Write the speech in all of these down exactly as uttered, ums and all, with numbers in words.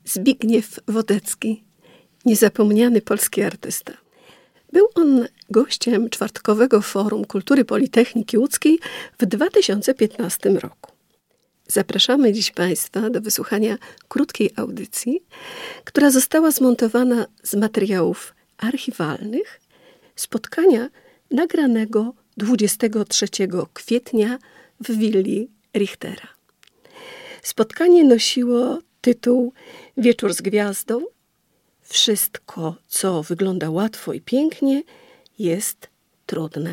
Zbigniew Wodecki, niezapomniany polski artysta. Był on gościem czwartkowego Forum Kultury Politechniki Łódzkiej w dwa tysiące piętnastym roku. Zapraszamy dziś Państwa do wysłuchania krótkiej audycji, która została zmontowana z materiałów archiwalnych spotkania nagranego dwudziestego trzeciego kwietnia w willi Richtera. Spotkanie nosiło tytuł Wieczór z gwiazdą. Wszystko, co wygląda łatwo i pięknie, jest trudne.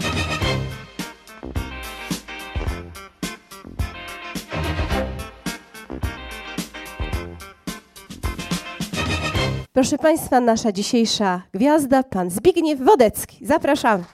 Proszę Państwa, nasza dzisiejsza gwiazda, pan Zbigniew Wodecki. Zapraszamy.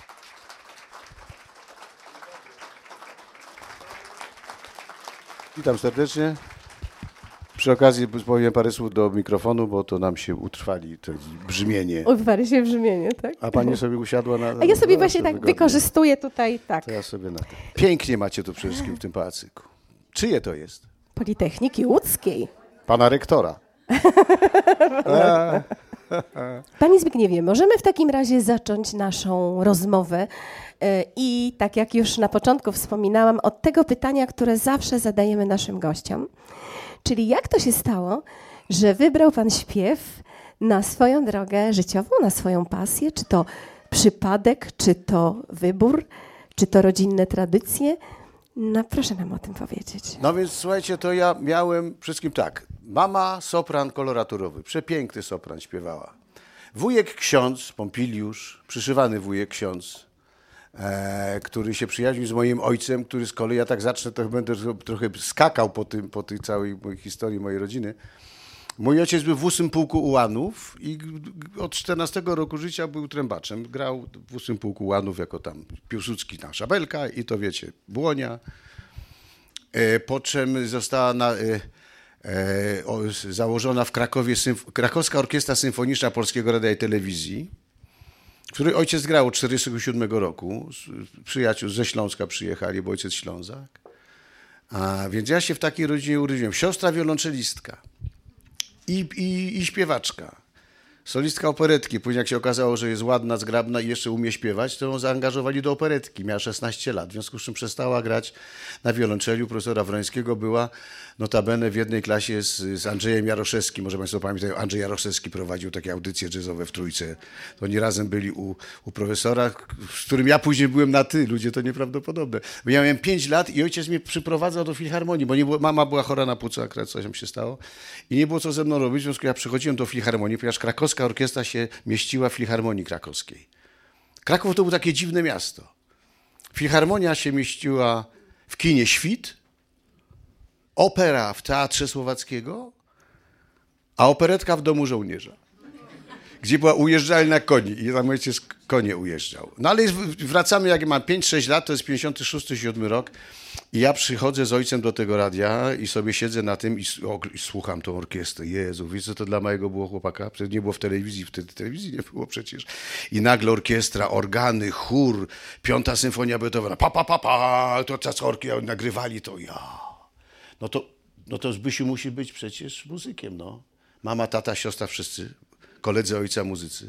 Witam serdecznie. Przy okazji powiem parę słów do mikrofonu, bo to nam się utrwali to brzmienie. Utrwali się brzmienie, tak? A pani sobie usiadła na... A ja sobie no, właśnie tak wygodnie wykorzystuję tutaj, tak. To ja sobie na to. Pięknie macie tu przede wszystkim w tym pałacyku. Czyje to jest? Politechniki Łódzkiej. Pana rektora. Panie Zbigniewie, możemy w takim razie zacząć naszą rozmowę i tak jak już na początku wspominałam, od tego pytania, które zawsze zadajemy naszym gościom. Czyli jak to się stało, że wybrał pan śpiew na swoją drogę życiową, na swoją pasję? Czy to przypadek, czy to wybór, czy to rodzinne tradycje? No proszę nam o tym powiedzieć. No więc słuchajcie, to ja miałem wszystkim tak. Mama sopran koloraturowy, przepiękny sopran śpiewała. Wujek ksiądz, Pompiliusz, przyszywany wujek ksiądz, e, który się przyjaźnił z moim ojcem, który z kolei, ja tak zacznę, to będę trochę skakał po, tym, po tej całej mojej historii mojej rodziny. Mój ojciec był w ósmym pułku ułanów i od czternastego roku życia był trębaczem. Grał w ósmym pułku ułanów jako tam Piłsudski na szabelka i to wiecie, błonia. E, po czym została na, e, e, o, założona w Krakowie symf- Krakowska Orkiestra Symfoniczna Polskiego Radia i Telewizji, w której ojciec grał od czterdziestego siódmego roku. Przyjaciół ze Śląska przyjechali, bo ojciec Ślązak. A więc ja się w takiej rodzinie urodziłem. Siostra wiolonczelistka. I, i, i śpiewaczka, solistka operetki. Później jak się okazało, że jest ładna, zgrabna i jeszcze umie śpiewać, to ją zaangażowali do operetki. Miała szesnaście lat, w związku z czym przestała grać na wiolonczeli. U profesora Wrońskiego była notabene w jednej klasie z, z Andrzejem Jaroszewskim. Może Państwo pamiętają, Andrzej Jaroszewski prowadził takie audycje jazzowe w Trójce. To oni razem byli u, u profesora, z którym ja później byłem na ty. Ludzie, to nieprawdopodobne. Bo ja miałem pięć lat i ojciec mnie przyprowadzał do filharmonii, bo nie było, mama była chora na płuca, akurat coś tam się stało. I nie było co ze mną robić, w związku z tym ja przychodziłem do filharmonii, ponieważ krakowska orkiestra się mieściła w Filharmonii Krakowskiej. Kraków to było takie dziwne miasto. Filharmonia się mieściła w kinie Świt, opera w Teatrze Słowackiego, a operetka w Domu Żołnierza, gdzie była ujeżdżalnia koni i tam ojciec konie ujeżdżał. No ale wracamy, jak mam pięć sześć lat, to jest pięćdziesiąty szósty siódmy rok i ja przychodzę z ojcem do tego radia i sobie siedzę na tym i, o, i słucham tą orkiestrę. Jezu, wiesz co to dla małego było chłopaka? Przecież nie było w telewizji, wtedy telewizji nie było przecież. I nagle orkiestra, organy, chór, piąta symfonia Beethovena, pa, pa, pa, pa, to cacorki nagrywali to, ja. No to, no to Zbysiu musi być przecież muzykiem, no. Mama, tata, siostra, wszyscy, koledzy ojca muzycy.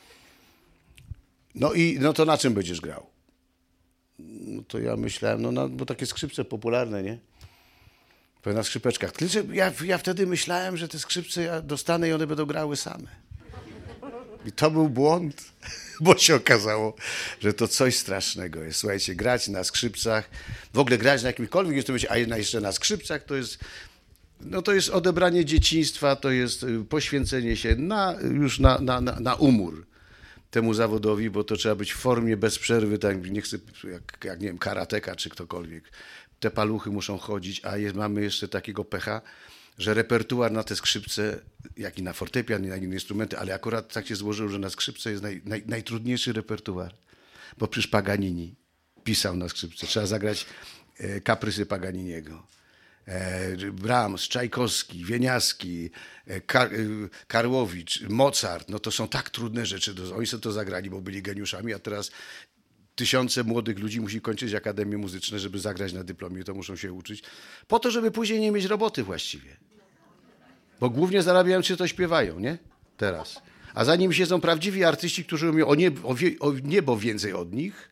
No i no to na czym będziesz grał? No to ja myślałem, no, no bo takie skrzypce popularne, nie? Na skrzypeczkach. Tylko, że ja, ja wtedy myślałem, że te skrzypce ja dostanę i one będą grały same. I to był błąd, bo się okazało, że to coś strasznego jest. Słuchajcie, grać na skrzypcach, w ogóle grać na jakimkolwiek instrumencie, a jeszcze na skrzypcach to jest, no to jest odebranie dzieciństwa, to jest poświęcenie się na, już na, na, na, na umór temu zawodowi, bo to trzeba być w formie bez przerwy, tak nie chcę, jak, jak nie wiem, karateka czy ktokolwiek. Te paluchy muszą chodzić, a jest, mamy jeszcze takiego pecha, że repertuar na te skrzypce, jak i na fortepian, i na inne instrumenty, ale akurat tak się złożyło, że na skrzypce jest naj, naj, najtrudniejszy repertuar, bo przecież Paganini pisał na skrzypce. Trzeba zagrać e, kaprysy Paganiniego. E, Brahms, Czajkowski, Wieniawski, e, Kar, e, Karłowicz, Mozart, no to są tak trudne rzeczy. Oni sobie to zagrali, bo byli geniuszami, a teraz tysiące młodych ludzi musi kończyć akademie muzyczne, żeby zagrać na dyplomie, to muszą się uczyć, po to, żeby później nie mieć roboty właściwie. Bo głównie zarabiają ci, to śpiewają, nie? Teraz. A za nimi siedzą prawdziwi artyści, którzy mówią o, nieb o, wie o niebo więcej od nich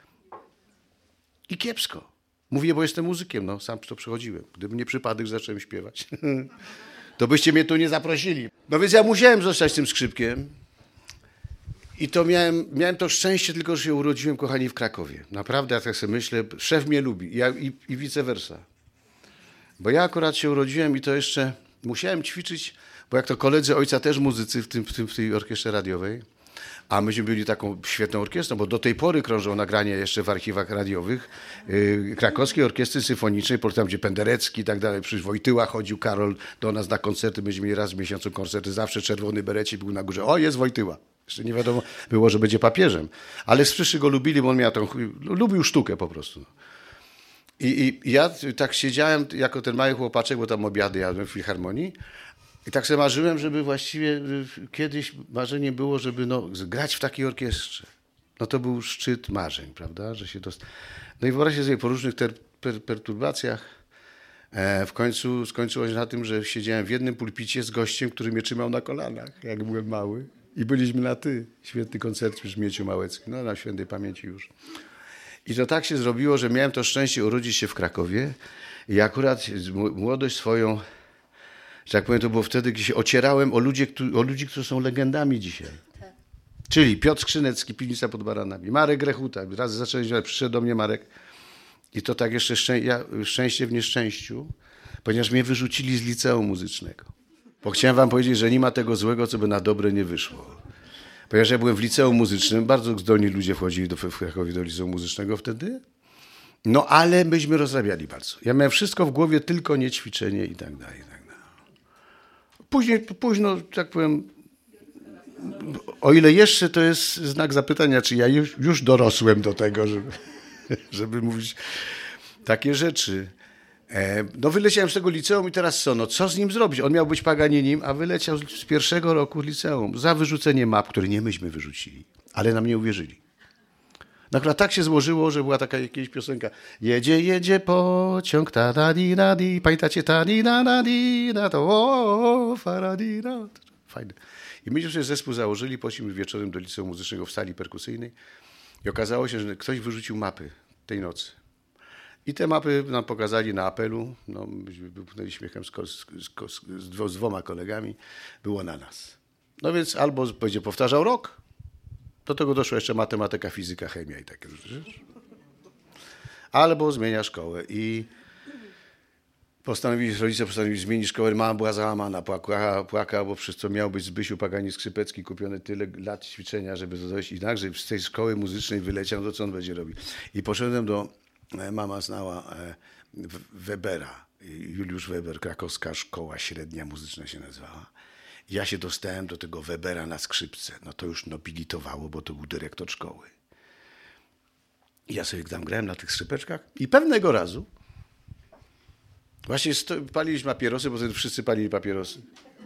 i kiepsko. Mówię, bo jestem muzykiem, no sam to przechodziłem. Gdyby nie przypadek, zacząłem śpiewać, to byście mnie tu nie zaprosili. No więc ja musiałem zostać tym skrzypkiem i to miałem, miałem to szczęście tylko, że się urodziłem, kochani, w Krakowie. Naprawdę, ja tak sobie myślę, szef mnie lubi ja, i, i vice versa. Bo ja akurat się urodziłem i to jeszcze musiałem ćwiczyć, bo jak to koledzy ojca też muzycy w, tym, w, tym, w tej orkiestrze radiowej, a myśmy byli taką świetną orkiestrą, bo do tej pory krążą nagrania jeszcze w archiwach radiowych yy, Krakowskiej Orkiestry Symfonicznej, tam gdzie Penderecki i tak dalej, przecież Wojtyła chodził, Karol do nas na koncerty, myśmy mieli raz w miesiącu koncerty, zawsze czerwony berecik był na górze, o jest Wojtyła. Jeszcze nie wiadomo było, że będzie papieżem, ale wszyscy go lubili, bo on miał tą, lubił sztukę po prostu. I, I ja tak siedziałem jako ten mały chłopaczek, bo tam obiady jadłem w filharmonii i tak sobie marzyłem, żeby właściwie kiedyś marzeniem było, żeby no, grać w takiej orkiestrze. No to był szczyt marzeń, prawda? Że się dost... No i wyobraźcie sobie, po różnych ter, per, perturbacjach e, w końcu skończyło się na tym, że siedziałem w jednym pulpicie z gościem, który mnie trzymał na kolanach, jak byłem mały. I byliśmy na ty. Świetny koncert przy Mieciu Małeckim, no na świętej pamięci już. I to tak się zrobiło, że miałem to szczęście urodzić się w Krakowie i akurat młodość swoją, że tak powiem, to było wtedy, gdzie się ocierałem o ludzi, o ludzi, którzy są legendami dzisiaj. Tak. Czyli Piotr Skrzynecki, Piwnica pod Baranami, Marek Grechuta. Raz zacząłem, przyszedł do mnie Marek i to tak jeszcze szczę ja, szczęście w nieszczęściu, ponieważ mnie wyrzucili z liceum muzycznego. Bo chciałem wam powiedzieć, że nie ma tego złego, co by na dobre nie wyszło. Ponieważ ja byłem w liceum muzycznym, bardzo zdolni ludzie wchodzili do, w Krakowie do liceum muzycznego wtedy, no ale myśmy rozrabiali bardzo. Ja miałem wszystko w głowie, tylko nie ćwiczenie i tak dalej. I tak dalej. Później, późno, tak powiem, o ile jeszcze to jest znak zapytania, czy ja już, już dorosłem do tego, żeby, żeby mówić takie rzeczy. No wyleciałem z tego liceum i teraz co? No co z nim zrobić? On miał być Paganinim, a wyleciał z pierwszego roku liceum za wyrzucenie map, które nie myśmy wyrzucili, ale nam nie uwierzyli. No akurat tak się złożyło, że była taka jakaś piosenka. Jedzie, jedzie pociąg, ta da di da di, pamiętacie ta di da da di da to o faradi da. Fajne. I myśmy sobie zespół założyli, poszliśmy wieczorem do liceum muzycznego w sali perkusyjnej i okazało się, że ktoś wyrzucił mapy tej nocy. I te mapy nam pokazali na apelu, no, myśmy wypchnęli śmiechem z, z, z, z dwoma kolegami, było na nas. No więc albo będzie powtarzał rok, do tego doszła jeszcze matematyka, fizyka, chemia i takie rzeczy. Albo zmienia szkołę i postanowili, rodzice postanowili zmienić szkołę, mama była załamana, płakała, płakała, bo przez co miał być Zbysiu Paganin Skrzypecki kupione tyle lat ćwiczenia, żeby to dojść i że z tej szkoły muzycznej wyleciał, to co on będzie robił. I poszedłem do... Mama znała Webera, Juliusz Weber, krakowska szkoła średnia muzyczna się nazywała. Ja się dostałem do tego Webera na skrzypce. No to już nobilitowało, bo to był dyrektor szkoły. I ja sobie tam grałem na tych skrzypeczkach i pewnego razu właśnie paliliśmy papierosy, bo wtedy wszyscy palili papierosy.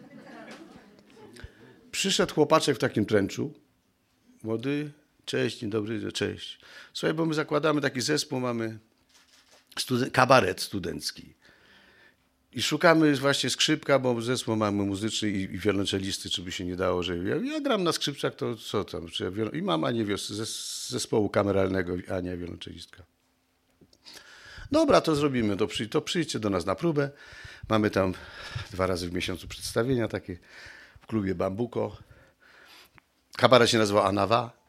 Przyszedł chłopaczek w takim tręczu, młody. Cześć, dzień dobry, cześć. Słuchaj, bo my zakładamy taki zespół, mamy studen- kabaret studencki. I szukamy właśnie skrzypka, bo zespół mamy muzyczny i, i wiolonczelisty, czy by się nie dało, że ja, ja gram na skrzypcach, to co tam? Czy ja wiol- I mam Anię Wios z zespołu kameralnego, Ania wiolonczelistka. Dobra, to zrobimy, to, przy, to przyjdźcie do nas na próbę. Mamy tam dwa razy w miesiącu przedstawienia takie w klubie Bambuko. Kabaret się nazywa Anawa.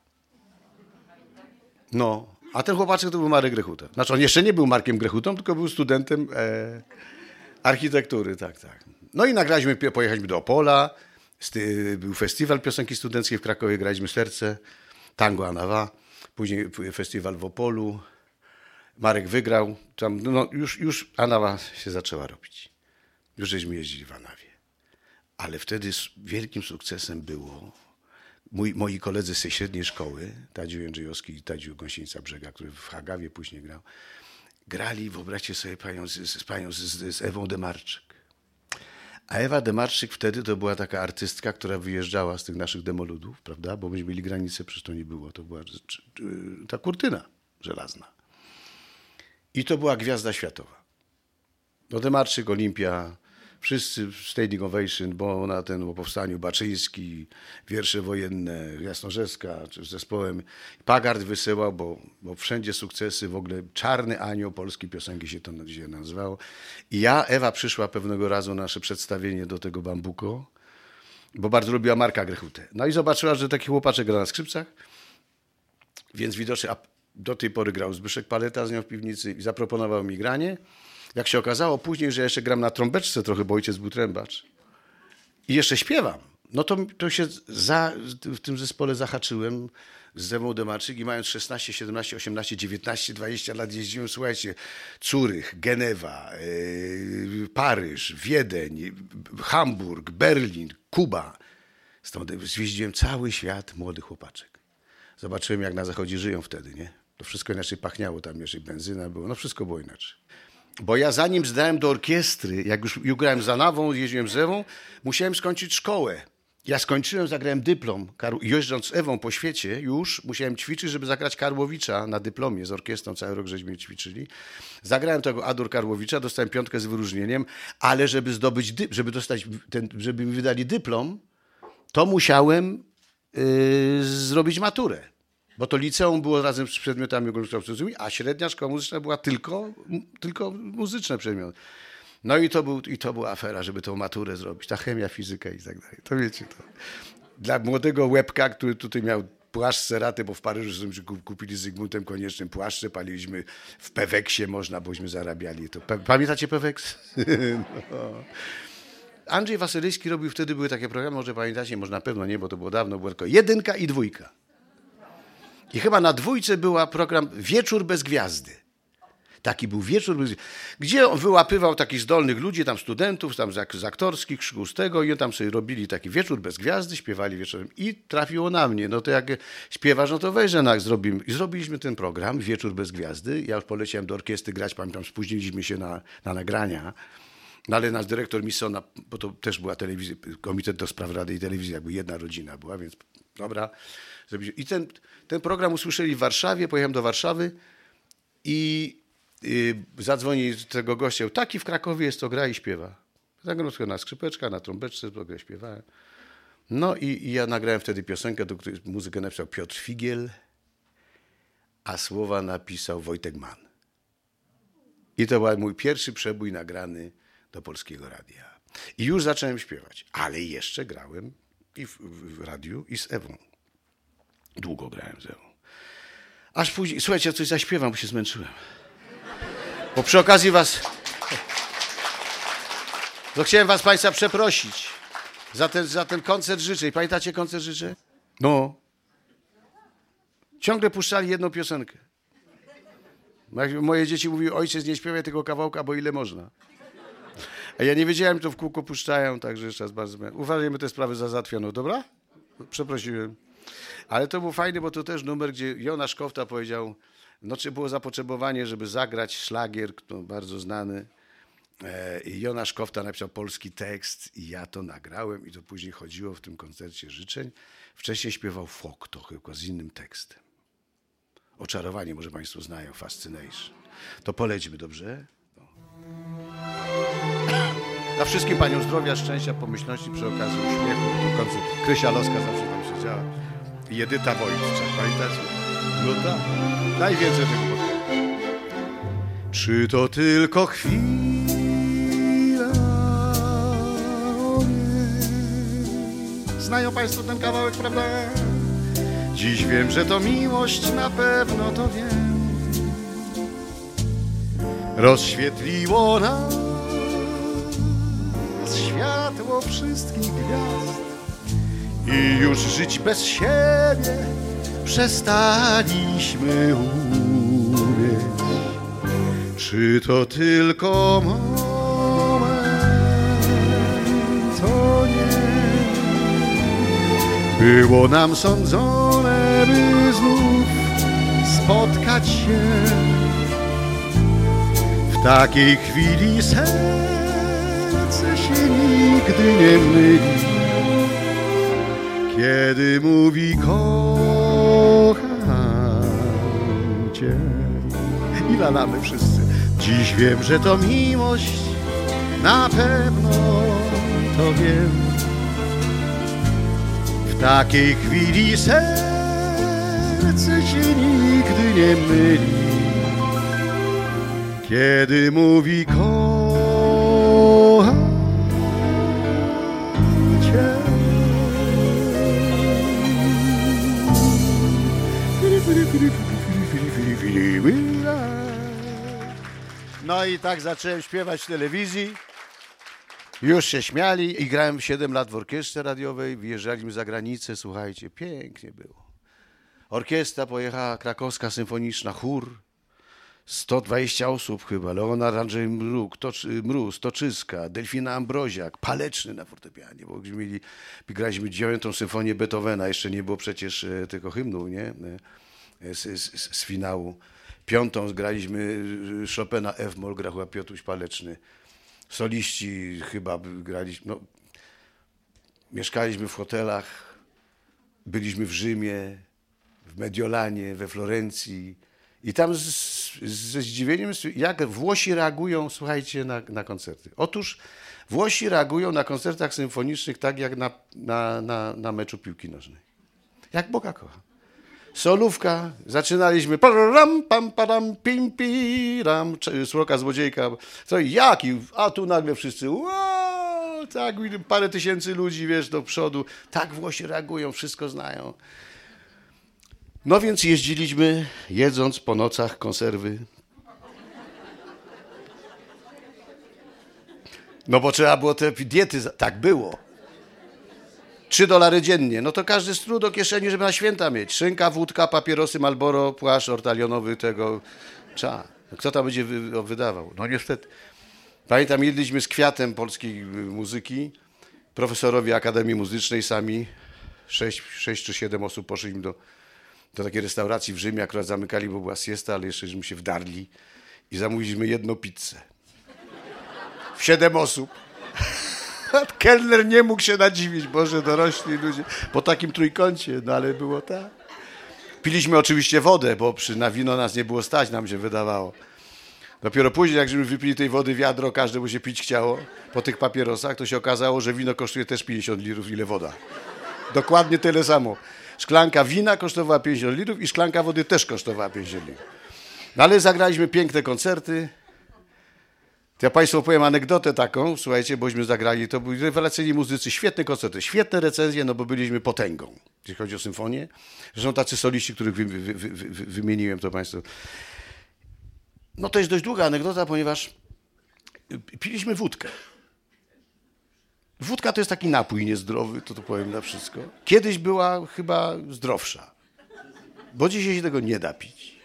No, a ten chłopaczek to był Marek Grechuta. Znaczy on jeszcze nie był Markiem Grechutą, tylko był studentem e, architektury, tak, tak. No i nagraliśmy, pojechaliśmy do Opola, był festiwal piosenki studenckiej w Krakowie, graliśmy Serce, tango Anawa, później festiwal w Opolu, Marek wygrał, tam no, już, już Anawa się zaczęła robić. Już żeśmy jeździli w Anawie. Ale wtedy wielkim sukcesem było... Mój, moi koledzy z tej średniej szkoły, Tadziu Jędrzejowski i Tadziu Gąsienica Brzega, który w Hagawie później grał, grali, wyobraźcie sobie, panią z, z, panią z, z, z Ewą Demarczyk. A Ewa Demarczyk wtedy to była taka artystka, która wyjeżdżała z tych naszych demoludów, prawda? Bo myśmy mieli granicę, przecież to nie było. To była ta kurtyna żelazna. I to była gwiazda światowa. No Demarczyk, Olimpia, Wszyscy standing ovation, bo na ten o powstaniu Baczyński, wiersze wojenne, Jasnorzewska, czy z zespołem. Pagard wysyłał, bo, bo wszędzie sukcesy, w ogóle Czarny Anioł polskiej piosenki się to dzisiaj nazywało. I ja, Ewa przyszła pewnego razu na nasze przedstawienie do tego Bambuko, bo bardzo lubiła Marka Grechutę. No i zobaczyła, że taki chłopaczek gra na skrzypcach, więc widocznie, a do tej pory grał Zbyszek Paleta z nią w piwnicy i zaproponował mi granie. Jak się okazało później, że jeszcze gram na trąbeczce trochę, bo ojciec był trębacz. I jeszcze śpiewam. No to, to się za, w tym zespole zahaczyłem z Ewą Demaczyk i mając szesnaście, siedemnaście, osiemnaście, dziewiętnaście, dwadzieścia lat jeździłem, słuchajcie, Curych, Genewa, yy, Paryż, Wiedeń, Hamburg, Berlin, Kuba. Stąd zwiedziłem cały świat młodych chłopaczek. Zobaczyłem, jak na zachodzie żyją wtedy, nie? To wszystko inaczej pachniało, tam jeszcze benzyna było, no wszystko było inaczej. Bo ja zanim zdałem do orkiestry, jak już, już grałem za Nawą, jeździłem z Ewą, musiałem skończyć szkołę. Ja skończyłem, zagrałem dyplom. Jeżdżąc z Ewą po świecie już musiałem ćwiczyć, żeby zagrać Karłowicza na dyplomie z orkiestrą. Cały rok żeśmy ćwiczyli. Zagrałem tego Adur Karłowicza, dostałem piątkę z wyróżnieniem, ale żeby zdobyć, żeby dostać, ten, żeby mi wydali dyplom, to musiałem yy, zrobić maturę. Bo to liceum było razem z przedmiotami ogólnokształcącymi, a średnia szkoła muzyczna była tylko, tylko muzyczne przedmioty. No i to, był, i to była afera, żeby tą maturę zrobić. Ta chemia, fizyka i tak dalej. To wiecie, to dla młodego łebka, który tutaj miał płaszcz Ceraty, bo w Paryżu żeśmy kupili z Zygmuntem Koniecznym płaszcze, paliliśmy w Peweksie, można, bośmy zarabiali. To, pamiętacie Peweks? No. Andrzej Wasyryjski robił wtedy, były takie programy, może pamiętacie, może na pewno nie, bo to było dawno, było tylko jedynka i dwójka. I chyba na dwójce była program Wieczór bez gwiazdy. Taki był Wieczór bez gwiazdy, gdzie on wyłapywał takich zdolnych ludzi, tam studentów, tam z aktorskich szkół z tego i tam sobie robili taki Wieczór bez gwiazdy, śpiewali wieczorem i trafiło na mnie. No to jak śpiewasz, no to wejrzę, no, zrobimy. I zrobiliśmy ten program Wieczór bez gwiazdy. Ja już poleciałem do orkiestry grać, pamiętam, spóźniliśmy się na, na nagrania. No ale nasz dyrektor Missona, bo to też była telewizja, Komitet do Spraw Rady i Telewizji, jakby jedna rodzina była, więc dobra. I ten, ten program usłyszeli w Warszawie, pojechałem do Warszawy i y, zadzwoni z tego gościa, taki w Krakowie jest, to gra i śpiewa. Zagrał na skrzypeczkach, na trąbeczce, to grę śpiewałem. No i, i ja nagrałem wtedy piosenkę, do której muzykę napisał Piotr Figiel, a słowa napisał Wojtek Mann. I to był mój pierwszy przebój nagrany do Polskiego Radia. I już zacząłem śpiewać, ale jeszcze grałem i w, w radiu, i z Ewą. Długo grałem z Ewą. Aż później, słuchajcie, ja coś zaśpiewam, bo się zmęczyłem. Bo przy okazji was, to chciałem was państwa przeprosić za ten, za ten koncert życzeń. Pamiętacie koncert życzeń? No. Ciągle puszczali jedną piosenkę. Moje dzieci mówiły, ojciec, nie śpiewaj tego kawałka, bo ile można. A ja nie wiedziałem, to w kółko puszczają, także jeszcze raz bardzo... Uważajmy tę sprawę za załatwioną, dobra? Przeprosiłem. Ale to był fajny, bo to też numer, gdzie Jonasz Kofta powiedział, no czy było zapotrzebowanie, żeby zagrać szlagier, no, bardzo znany. I Jonasz Kofta napisał polski tekst i ja to nagrałem i to później chodziło w tym koncercie życzeń. Wcześniej śpiewał folk, to chyba z innym tekstem. Oczarowanie, może państwo znają, Fascination. To polećmy, dobrze? No. Dla wszystkim paniom zdrowia, szczęścia, pomyślności, przy okazji uśmiechu. Tu koncert Krysia Loska zawsze tam siedziała. I Edyta Wojtczak, pamiętacie? No tak, najwięcej tego podkreślam. Czy to tylko chwila? Znają państwo ten kawałek, prawda? Dziś wiem, że to miłość, na pewno to wiem. Rozświetliło nas światło wszystkich gwiazd i już żyć bez siebie przestaliśmy umieć. Czy to tylko moment, to nie było nam sądzone, by znów spotkać się. W takiej chwili serce się nigdy nie myli, kiedy mówi kocham cię. I lalamy wszyscy. Dziś wiem, że to miłość, na pewno to wiem. W takiej chwili serce się nigdy nie myli, kiedy mówi kocham cię. No i tak zacząłem śpiewać w telewizji. Już się śmiali i grałem siedem lat w orkiestrze radiowej. Wyjeżdżaliśmy za granicę, słuchajcie, pięknie było. Orkiestra pojechała, krakowska symfoniczna, chór. sto dwadzieścia osób chyba, Leonard Andrzej Mruk, Tocz, Mróz, Toczyska, Delfina Ambroziak, Paleczny na fortepianie, bo mieli, graliśmy dziewiątą symfonię Beethovena, jeszcze nie było przecież tylko hymnu, nie? Z, z, z finału. Piątą graliśmy Chopina F-moll, grał chyba Piotruś Paleczny. Soliści chyba graliśmy, no, mieszkaliśmy w hotelach, byliśmy w Rzymie, w Mediolanie, we Florencji i tam z, ze zdziwieniem, jak Włosi reagują, słuchajcie, na, na koncerty. Otóż Włosi reagują na koncertach symfonicznych tak jak na, na, na, na meczu piłki nożnej. Jak Boga kocha. Solówka, zaczynaliśmy param, pam, param, pim, piram, Sroka Złodziejka, co jaki, a tu nagle wszyscy, wow, tak, parę tysięcy ludzi, wiesz, do przodu, tak Włosi reagują, wszystko znają. No więc jeździliśmy, jedząc po nocach konserwy. No bo trzeba było te diety, tak było. Trzy dolary dziennie, no to każdy strój do kieszeni, żeby na święta mieć. Szynka, wódka, papierosy, Marlboro, płaszcz ortalionowy tego. Cza. Kto tam będzie wy, wydawał? No niestety. Pamiętam, jedliśmy z Kwiatem polskiej muzyki, profesorowie Akademii Muzycznej sami, sześć, sześć czy siedem osób poszliśmy do, do takiej restauracji w Rzymie, akurat zamykali, bo była siesta, ale jeszcze żeśmy się wdarli i zamówiliśmy jedną pizzę. W siedem osób. Kelner nie mógł się nadziwić, Boże, dorośli ludzie, po takim trójkącie, no ale było tak. Piliśmy oczywiście wodę, bo przy, na wino nas nie było stać, nam się wydawało. Dopiero później, jak żeśmy wypili tej wody wiadro, każdemu się pić chciało po tych papierosach, to się okazało, że wino kosztuje też pięćdziesiąt litrów, ile woda. Dokładnie tyle samo. Szklanka wina kosztowała pięćdziesiąt litrów i szklanka wody też kosztowała pięćdziesiąt litrów. No ale zagraliśmy piękne koncerty. Ja Państwu opowiem anegdotę taką, słuchajcie, bośmy zagrali, to byli rewelacyjni muzycy, świetne koncerty, świetne recenzje, no bo byliśmy potęgą, jeśli chodzi o symfonię. Zresztą tacy soliści, których wy, wy, wy, wy, wymieniłem, to Państwu. No to jest dość długa anegdota, ponieważ piliśmy wódkę. Wódka to jest taki napój niezdrowy, to to powiem na wszystko. Kiedyś była chyba zdrowsza, bo dzisiaj się tego nie da pić.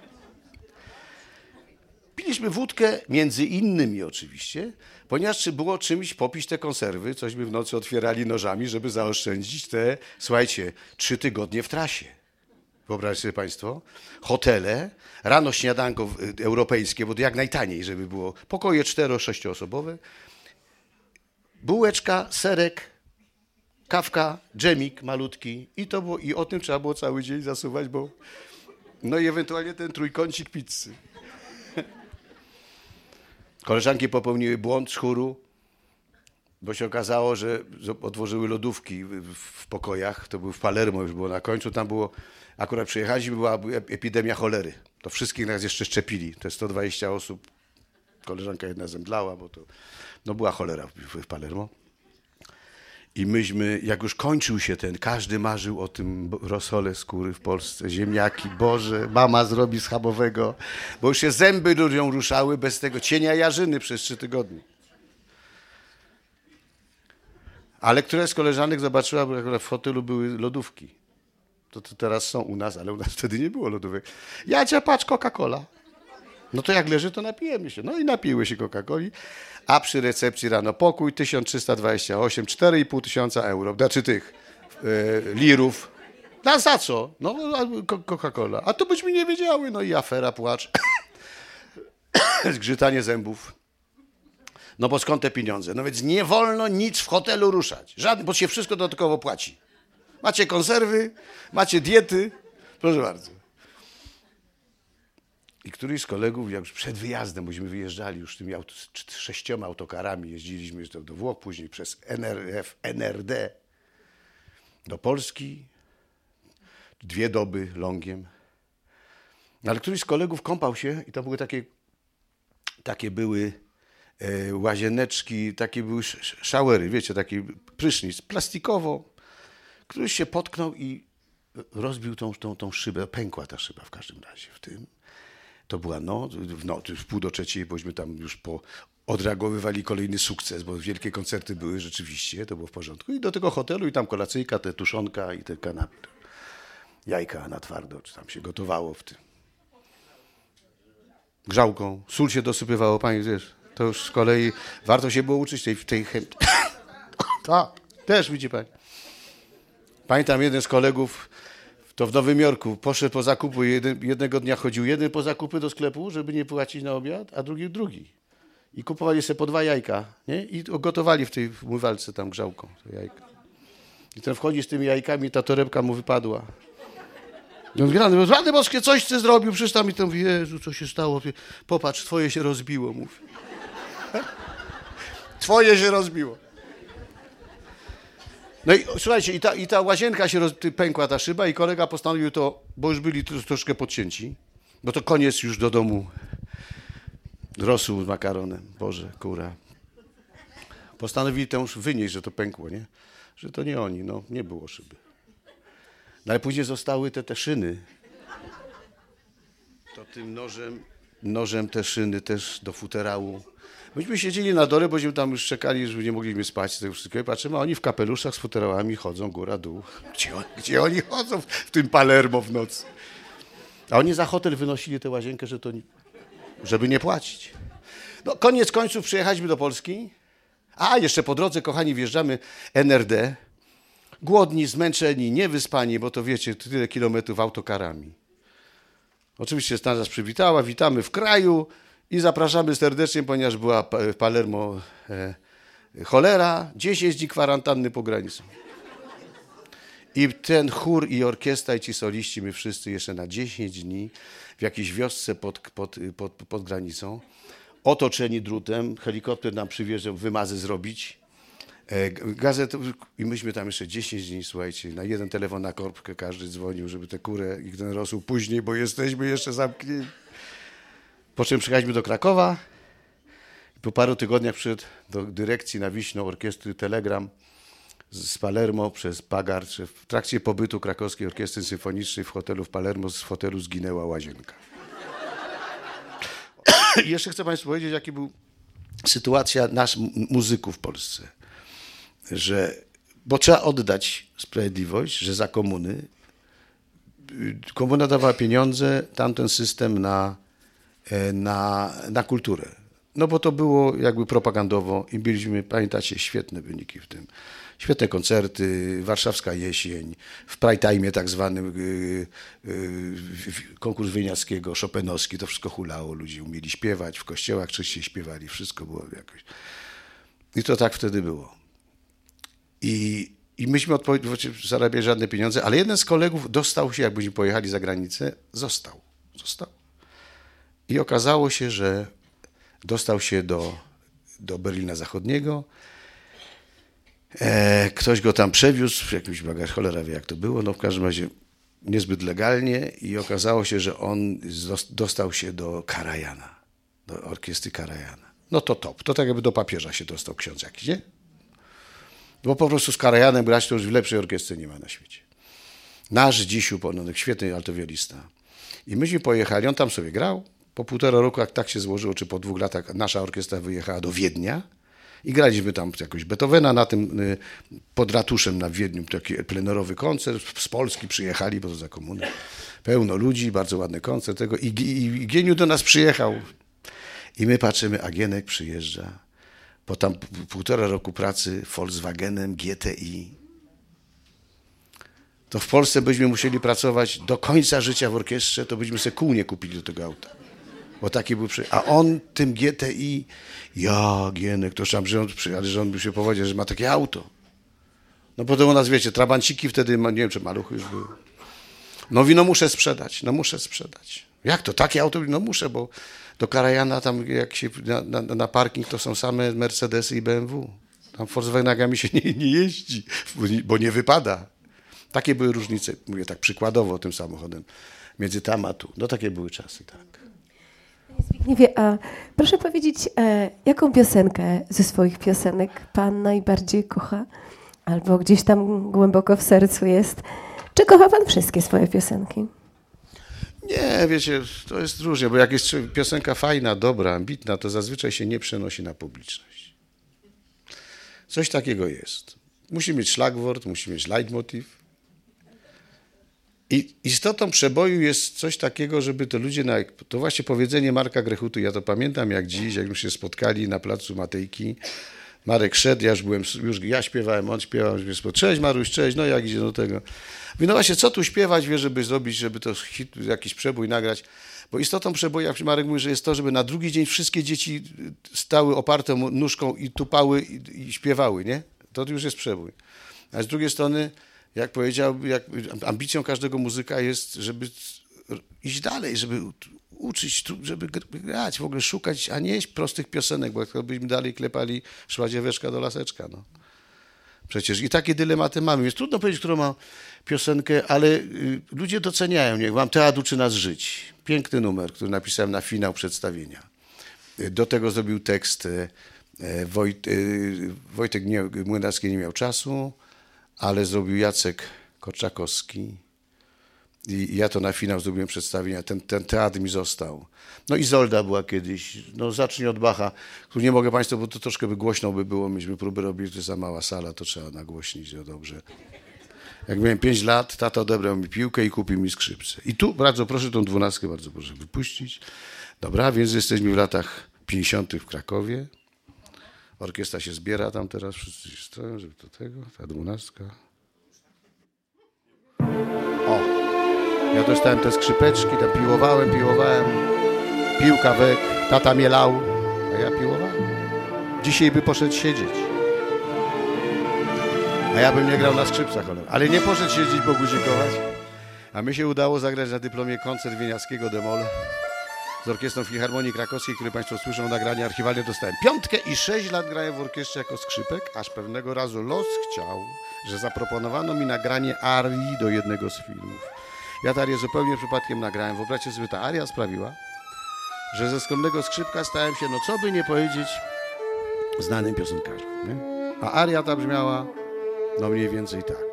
Piliśmy wódkę, między innymi oczywiście, ponieważ było czymś popić te konserwy, cośmy w nocy otwierali nożami, żeby zaoszczędzić te, słuchajcie, trzy tygodnie w trasie. Wyobraźcie sobie Państwo, hotele, rano śniadanko europejskie, bo to jak najtaniej, żeby było, pokoje cztero-sześcioosobowe, bułeczka, serek, kawka, dżemik malutki i to było, i o tym trzeba było cały dzień zasuwać, bo no i ewentualnie ten trójkącik pizzy. Koleżanki popełniły błąd z chóru, bo się okazało, że odłożyły lodówki w pokojach. To był w Palermo, już było na końcu. Tam było, akurat przyjechaliśmy, była epidemia cholery. To wszystkich nas jeszcze szczepili. To jest sto dwadzieścia osób. Koleżanka jedna zemdlała, bo to no była cholera w, w Palermo. I myśmy, jak już kończył się ten, każdy marzył o tym rosole skóry w Polsce, ziemniaki, Boże, mama zrobi schabowego, bo już się zęby ludziom ruszały bez tego cienia jarzyny przez trzy tygodnie. Ale któraś z koleżanek zobaczyła, bo akurat w hotelu były lodówki. To, to teraz są u nas, ale u nas wtedy nie było lodówek. Jadzia, patrz, Coca-Cola. No to jak leży, to napijemy się. No i napiły się Coca-Coli, a przy recepcji rano pokój tysiąc trzysta dwadzieścia osiem, cztery i pół tysiąca euro, znaczy tych e, lirów. No za co? No Coca-Cola. A to byśmy nie wiedziały. No i afera, płacz, zgrzytanie zębów. No bo skąd te pieniądze? No więc nie wolno nic w hotelu ruszać. Żadne, bo się wszystko dodatkowo płaci. Macie konserwy, macie diety. Proszę bardzo. I któryś z kolegów, jak już przed wyjazdem, bośmy wyjeżdżali już tymi auto, sześcioma autokarami, jeździliśmy do, do Włoch, później przez N R F, N R D do Polski, dwie doby longiem. Ale któryś z kolegów kąpał się i to były takie, takie były e, łazieneczki, takie były showery, wiecie, taki prysznic, plastikowo. Któryś się potknął i rozbił tą, tą, tą szybę, pękła ta szyba w każdym razie w tym. To była no, no w pół do trzeciej, bośmy tam już po, odreagowywali kolejny sukces, bo wielkie koncerty były rzeczywiście, to było w porządku. I do tego hotelu i tam kolacyjka, te tuszonka i te kanapy. Jajka na twardo, czy tam się gotowało w tym. Grzałką, sól się dosypywało, pani wiesz, to już z kolei warto się było uczyć tej, tej chemii. A, też widzi pani. Pamiętam, jeden z kolegów, to w Nowym Jorku, poszedł po zakupy, jeden, jednego dnia chodził jeden po zakupy do sklepu, żeby nie płacić na obiad, a drugi drugi. I kupowali sobie po dwa jajka, nie? I gotowali w tej umywalce tam grzałką te jajka. I ten wchodzi z tymi jajkami, ta torebka mu wypadła. I on mówi, rany boskie, coś ty zrobił, przecież tam i tam mówi, Jezu, co się stało? Popatrz, twoje się rozbiło, mówi. Twoje się rozbiło. No i słuchajcie, i ta, i ta łazienka się roz, pękła, ta szyba i kolega postanowił to, bo już byli troszkę podcięci, bo to koniec już do domu rosół z makaronem, Boże, kura. Postanowili to już wynieść, że to pękło, nie? Że to nie oni, no nie było szyby. No ale później zostały te, te szyny. To tym nożem, nożem te szyny też do futerału. Myśmy siedzieli na dole, bośmy tam już czekali, że nie mogliśmy spać z tego wszystkiego. I patrzymy, a oni w kapeluszach z futerałami chodzą góra, dół. Gdzie, on, gdzie oni chodzą w, w tym Palermo w nocy? A oni za hotel wynosili tę łazienkę, że to, żeby nie płacić. No koniec końców przyjechaliśmy do Polski. A jeszcze po drodze, kochani, wjeżdżamy N R D. Głodni, zmęczeni, niewyspani, bo to wiecie, tyle kilometrów autokarami. Oczywiście strona nas przywitała, witamy w kraju i zapraszamy serdecznie, ponieważ była w Palermo e, cholera, dziesięć dni kwarantanny po granicą. I ten chór i orkiestra i ci soliści, my wszyscy jeszcze na dziesięć dni w jakiejś wiosce pod, pod, pod, pod granicą, otoczeni drutem, helikopter nam przywiezie wymazy zrobić. Gazet, i myśmy tam jeszcze dziesięć dni, słuchajcie, na jeden telefon na korbkę każdy dzwonił, żeby tę kurę i ten rosół później, bo jesteśmy jeszcze zamknięci. Po czym przyjechaliśmy do Krakowa i po paru tygodniach przyszedł do dyrekcji na Wiśną orkiestry telegram z Palermo przez Pagar, że w trakcie pobytu Krakowskiej Orkiestry Symfonicznej w hotelu w Palermo z hotelu zginęła łazienka. I jeszcze chcę państwu powiedzieć, jaka była sytuacja nas muzyków w Polsce. Że, bo trzeba oddać sprawiedliwość, że za komuny komuna dawała pieniądze, tamten system na, na, na kulturę. No bo to było jakby propagandowo i byliśmy, pamiętacie, świetne wyniki w tym. Świetne koncerty, Warszawska Jesień, w prime time tak zwanym yy, yy, konkurs Wieniawskiego, Chopinowski, to wszystko hulało, ludzie umieli śpiewać, w kościołach czyściej śpiewali, wszystko było jakoś. I to tak wtedy było. I, i myśmy odpowiedzieli, zarabiali żadne pieniądze, ale jeden z kolegów dostał się, jakbyśmy pojechali za granicę, został. Został. I okazało się, że dostał się do, do Berlina Zachodniego. E, ktoś go tam przewiózł, w jakimś bagaż, cholera wie jak to było, no w każdym razie niezbyt legalnie i okazało się, że on dostał się do Karajana, do orkiestry Karajana. No to top, to tak jakby do papieża się dostał ksiądz jakiś, nie? Bo po prostu z Karajanem grać to już w lepszej orkiestrze nie ma na świecie. Nasz Dzisiu, no, świetny altowiolista. I myśmy pojechali, on tam sobie grał. Po półtora roku, jak tak się złożyło, czy po dwóch latach, nasza orkiestra wyjechała do Wiednia i graliśmy tam jakoś Beethovena na tym, pod ratuszem na Wiedniu, taki plenerowy koncert. Z Polski przyjechali, bo to za komuny. Pełno ludzi, bardzo ładny koncert tego. I, i, i Gieniu do nas przyjechał. I my patrzymy, a Gienek przyjeżdża. Po tam półtora roku pracy Volkswagenem G T I. To w Polsce byśmy musieli pracować do końca życia w orkiestrze, to byśmy sobie kół nie kupili do tego auta. Bo taki był przy... A on tym G T I, ja, Gienek, to sam, że on, ale że on by się powiedział, że ma takie auto. No potem u nas, wiecie, trabanciki wtedy, nie wiem, czy maluchy już były. No wino muszę sprzedać, no muszę sprzedać. Jak to? Takie auto? No muszę, bo do Karajana tam jak się na, na, na parking to są same Mercedesy i B M W. Tam Volkswagenami się nie, nie jeździ, bo nie, bo nie wypada. Takie były różnice, mówię tak przykładowo tym samochodem, między tam a tu. No takie były czasy, tak. Panie Zbigniewie, a proszę powiedzieć, e, jaką piosenkę ze swoich piosenek pan najbardziej kocha? Albo gdzieś tam głęboko w sercu jest. Czy kocha pan wszystkie swoje piosenki? Nie, wiecie, to jest różnie, bo jak jest piosenka fajna, dobra, ambitna, to zazwyczaj się nie przenosi na publiczność. Coś takiego jest. Musi mieć szlagwort, musi mieć leitmotiv. I istotą przeboju jest coś takiego, żeby to ludzie, na, to właśnie powiedzenie Marka Grechuty, ja to pamiętam jak dziś, jak myśmy się spotkali na placu Matejki. Marek szedł, ja już byłem, już ja śpiewałem, on śpiewał, już spotkał. Cześć Maruś, cześć, no jak idzie do tego. Mówię, no właśnie, co tu śpiewać, wie, żeby zrobić, żeby to hit, jakiś przebój nagrać. Bo istotą przeboju, jak Marek mówi, że jest to, żeby na drugi dzień wszystkie dzieci stały oparte nóżką i tupały i, i śpiewały, nie? To już jest przebój. A z drugiej strony, jak powiedział, jak ambicją każdego muzyka jest, żeby iść dalej, żeby uczyć, żeby grać, w ogóle szukać, a nie prostych piosenek, bo jak byśmy dalej klepali szła dzieweczka do laseczka, no. Przecież i takie dylematy mamy, więc trudno powiedzieć, którą mam piosenkę, ale y, ludzie doceniają mnie. Mam Teatr uczy nas żyć. Piękny numer, który napisałem na finał przedstawienia. Do tego zrobił tekst y, Wojt, y, Wojtek nie, Młynarski nie miał czasu, ale zrobił Jacek Korczakowski. I ja to na finał zrobiłem przedstawienia. Ten, ten teatr mi został. No Izolda była kiedyś. No zacznij od Bacha. Tu nie mogę Państwu, bo to troszkę by głośno by było. Myśmy próby robili, to jest za mała sala, to trzeba nagłośnić. No dobrze. Jak miałem pięć lat, tata odebrał mi piłkę i kupił mi skrzypce. I tu bardzo proszę tą dwunastkę, bardzo proszę wypuścić. Dobra, więc jesteśmy w latach pięćdziesiątych w Krakowie. Orkiestra się zbiera tam teraz, wszyscy się stoją, żeby do tego, ta dwunastka. O! Ja dostałem te skrzypeczki, tam piłowałem, piłowałem, piłka wek, tata mnie lał, a ja piłowałem. Dzisiaj by poszedł siedzieć. A ja bym nie grał na skrzypcach, ale nie poszedł siedzieć, bo guzikować. A mi się udało zagrać na dyplomie koncert Wieniawskiego Demol z Orkiestrą Filharmonii Krakowskiej, który Państwo słyszą, nagranie archiwalne. Dostałem piątkę i sześć lat grałem w orkiestrze jako skrzypek, aż pewnego razu los chciał, że zaproponowano mi nagranie arii do jednego z filmów. Ja tę arię zupełnie przypadkiem nagrałem. Wyobraźcie sobie, ta aria sprawiła, że ze skromnego skrzypka stałem się, no co by nie powiedzieć, znanym piosenkarzem. Nie? A aria ta brzmiała, no mniej więcej tak.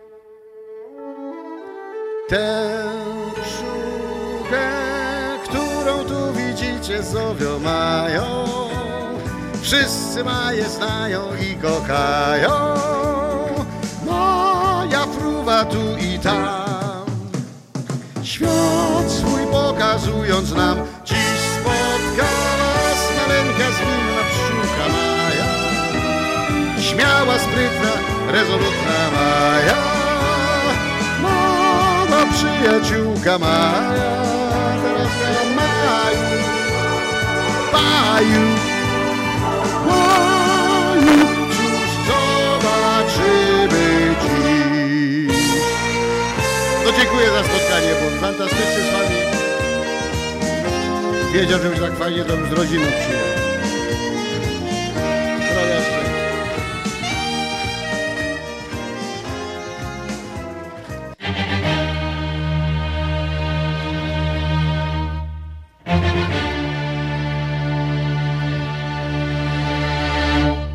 Tę sztukę, którą tu widzicie, zowią mają, wszyscy maje znają i kochają. Moja fruwa tu i tam, świat swój pokazując nam, dziś spotkała nas maleńka zwinna pszczółka Maja. Śmiała, sprytna, rezolutna Maja, mała przyjaciółka Maja. Teraz ja Maju, Maju, Maju, cóż zobaczymy dziś. No dziękuję za spotkanie, bo fantastycznie z Wami. Wiedział, że już tak fajnie, to już z rodziną przyjechał. Zdrowia, szczęścia. Thank you.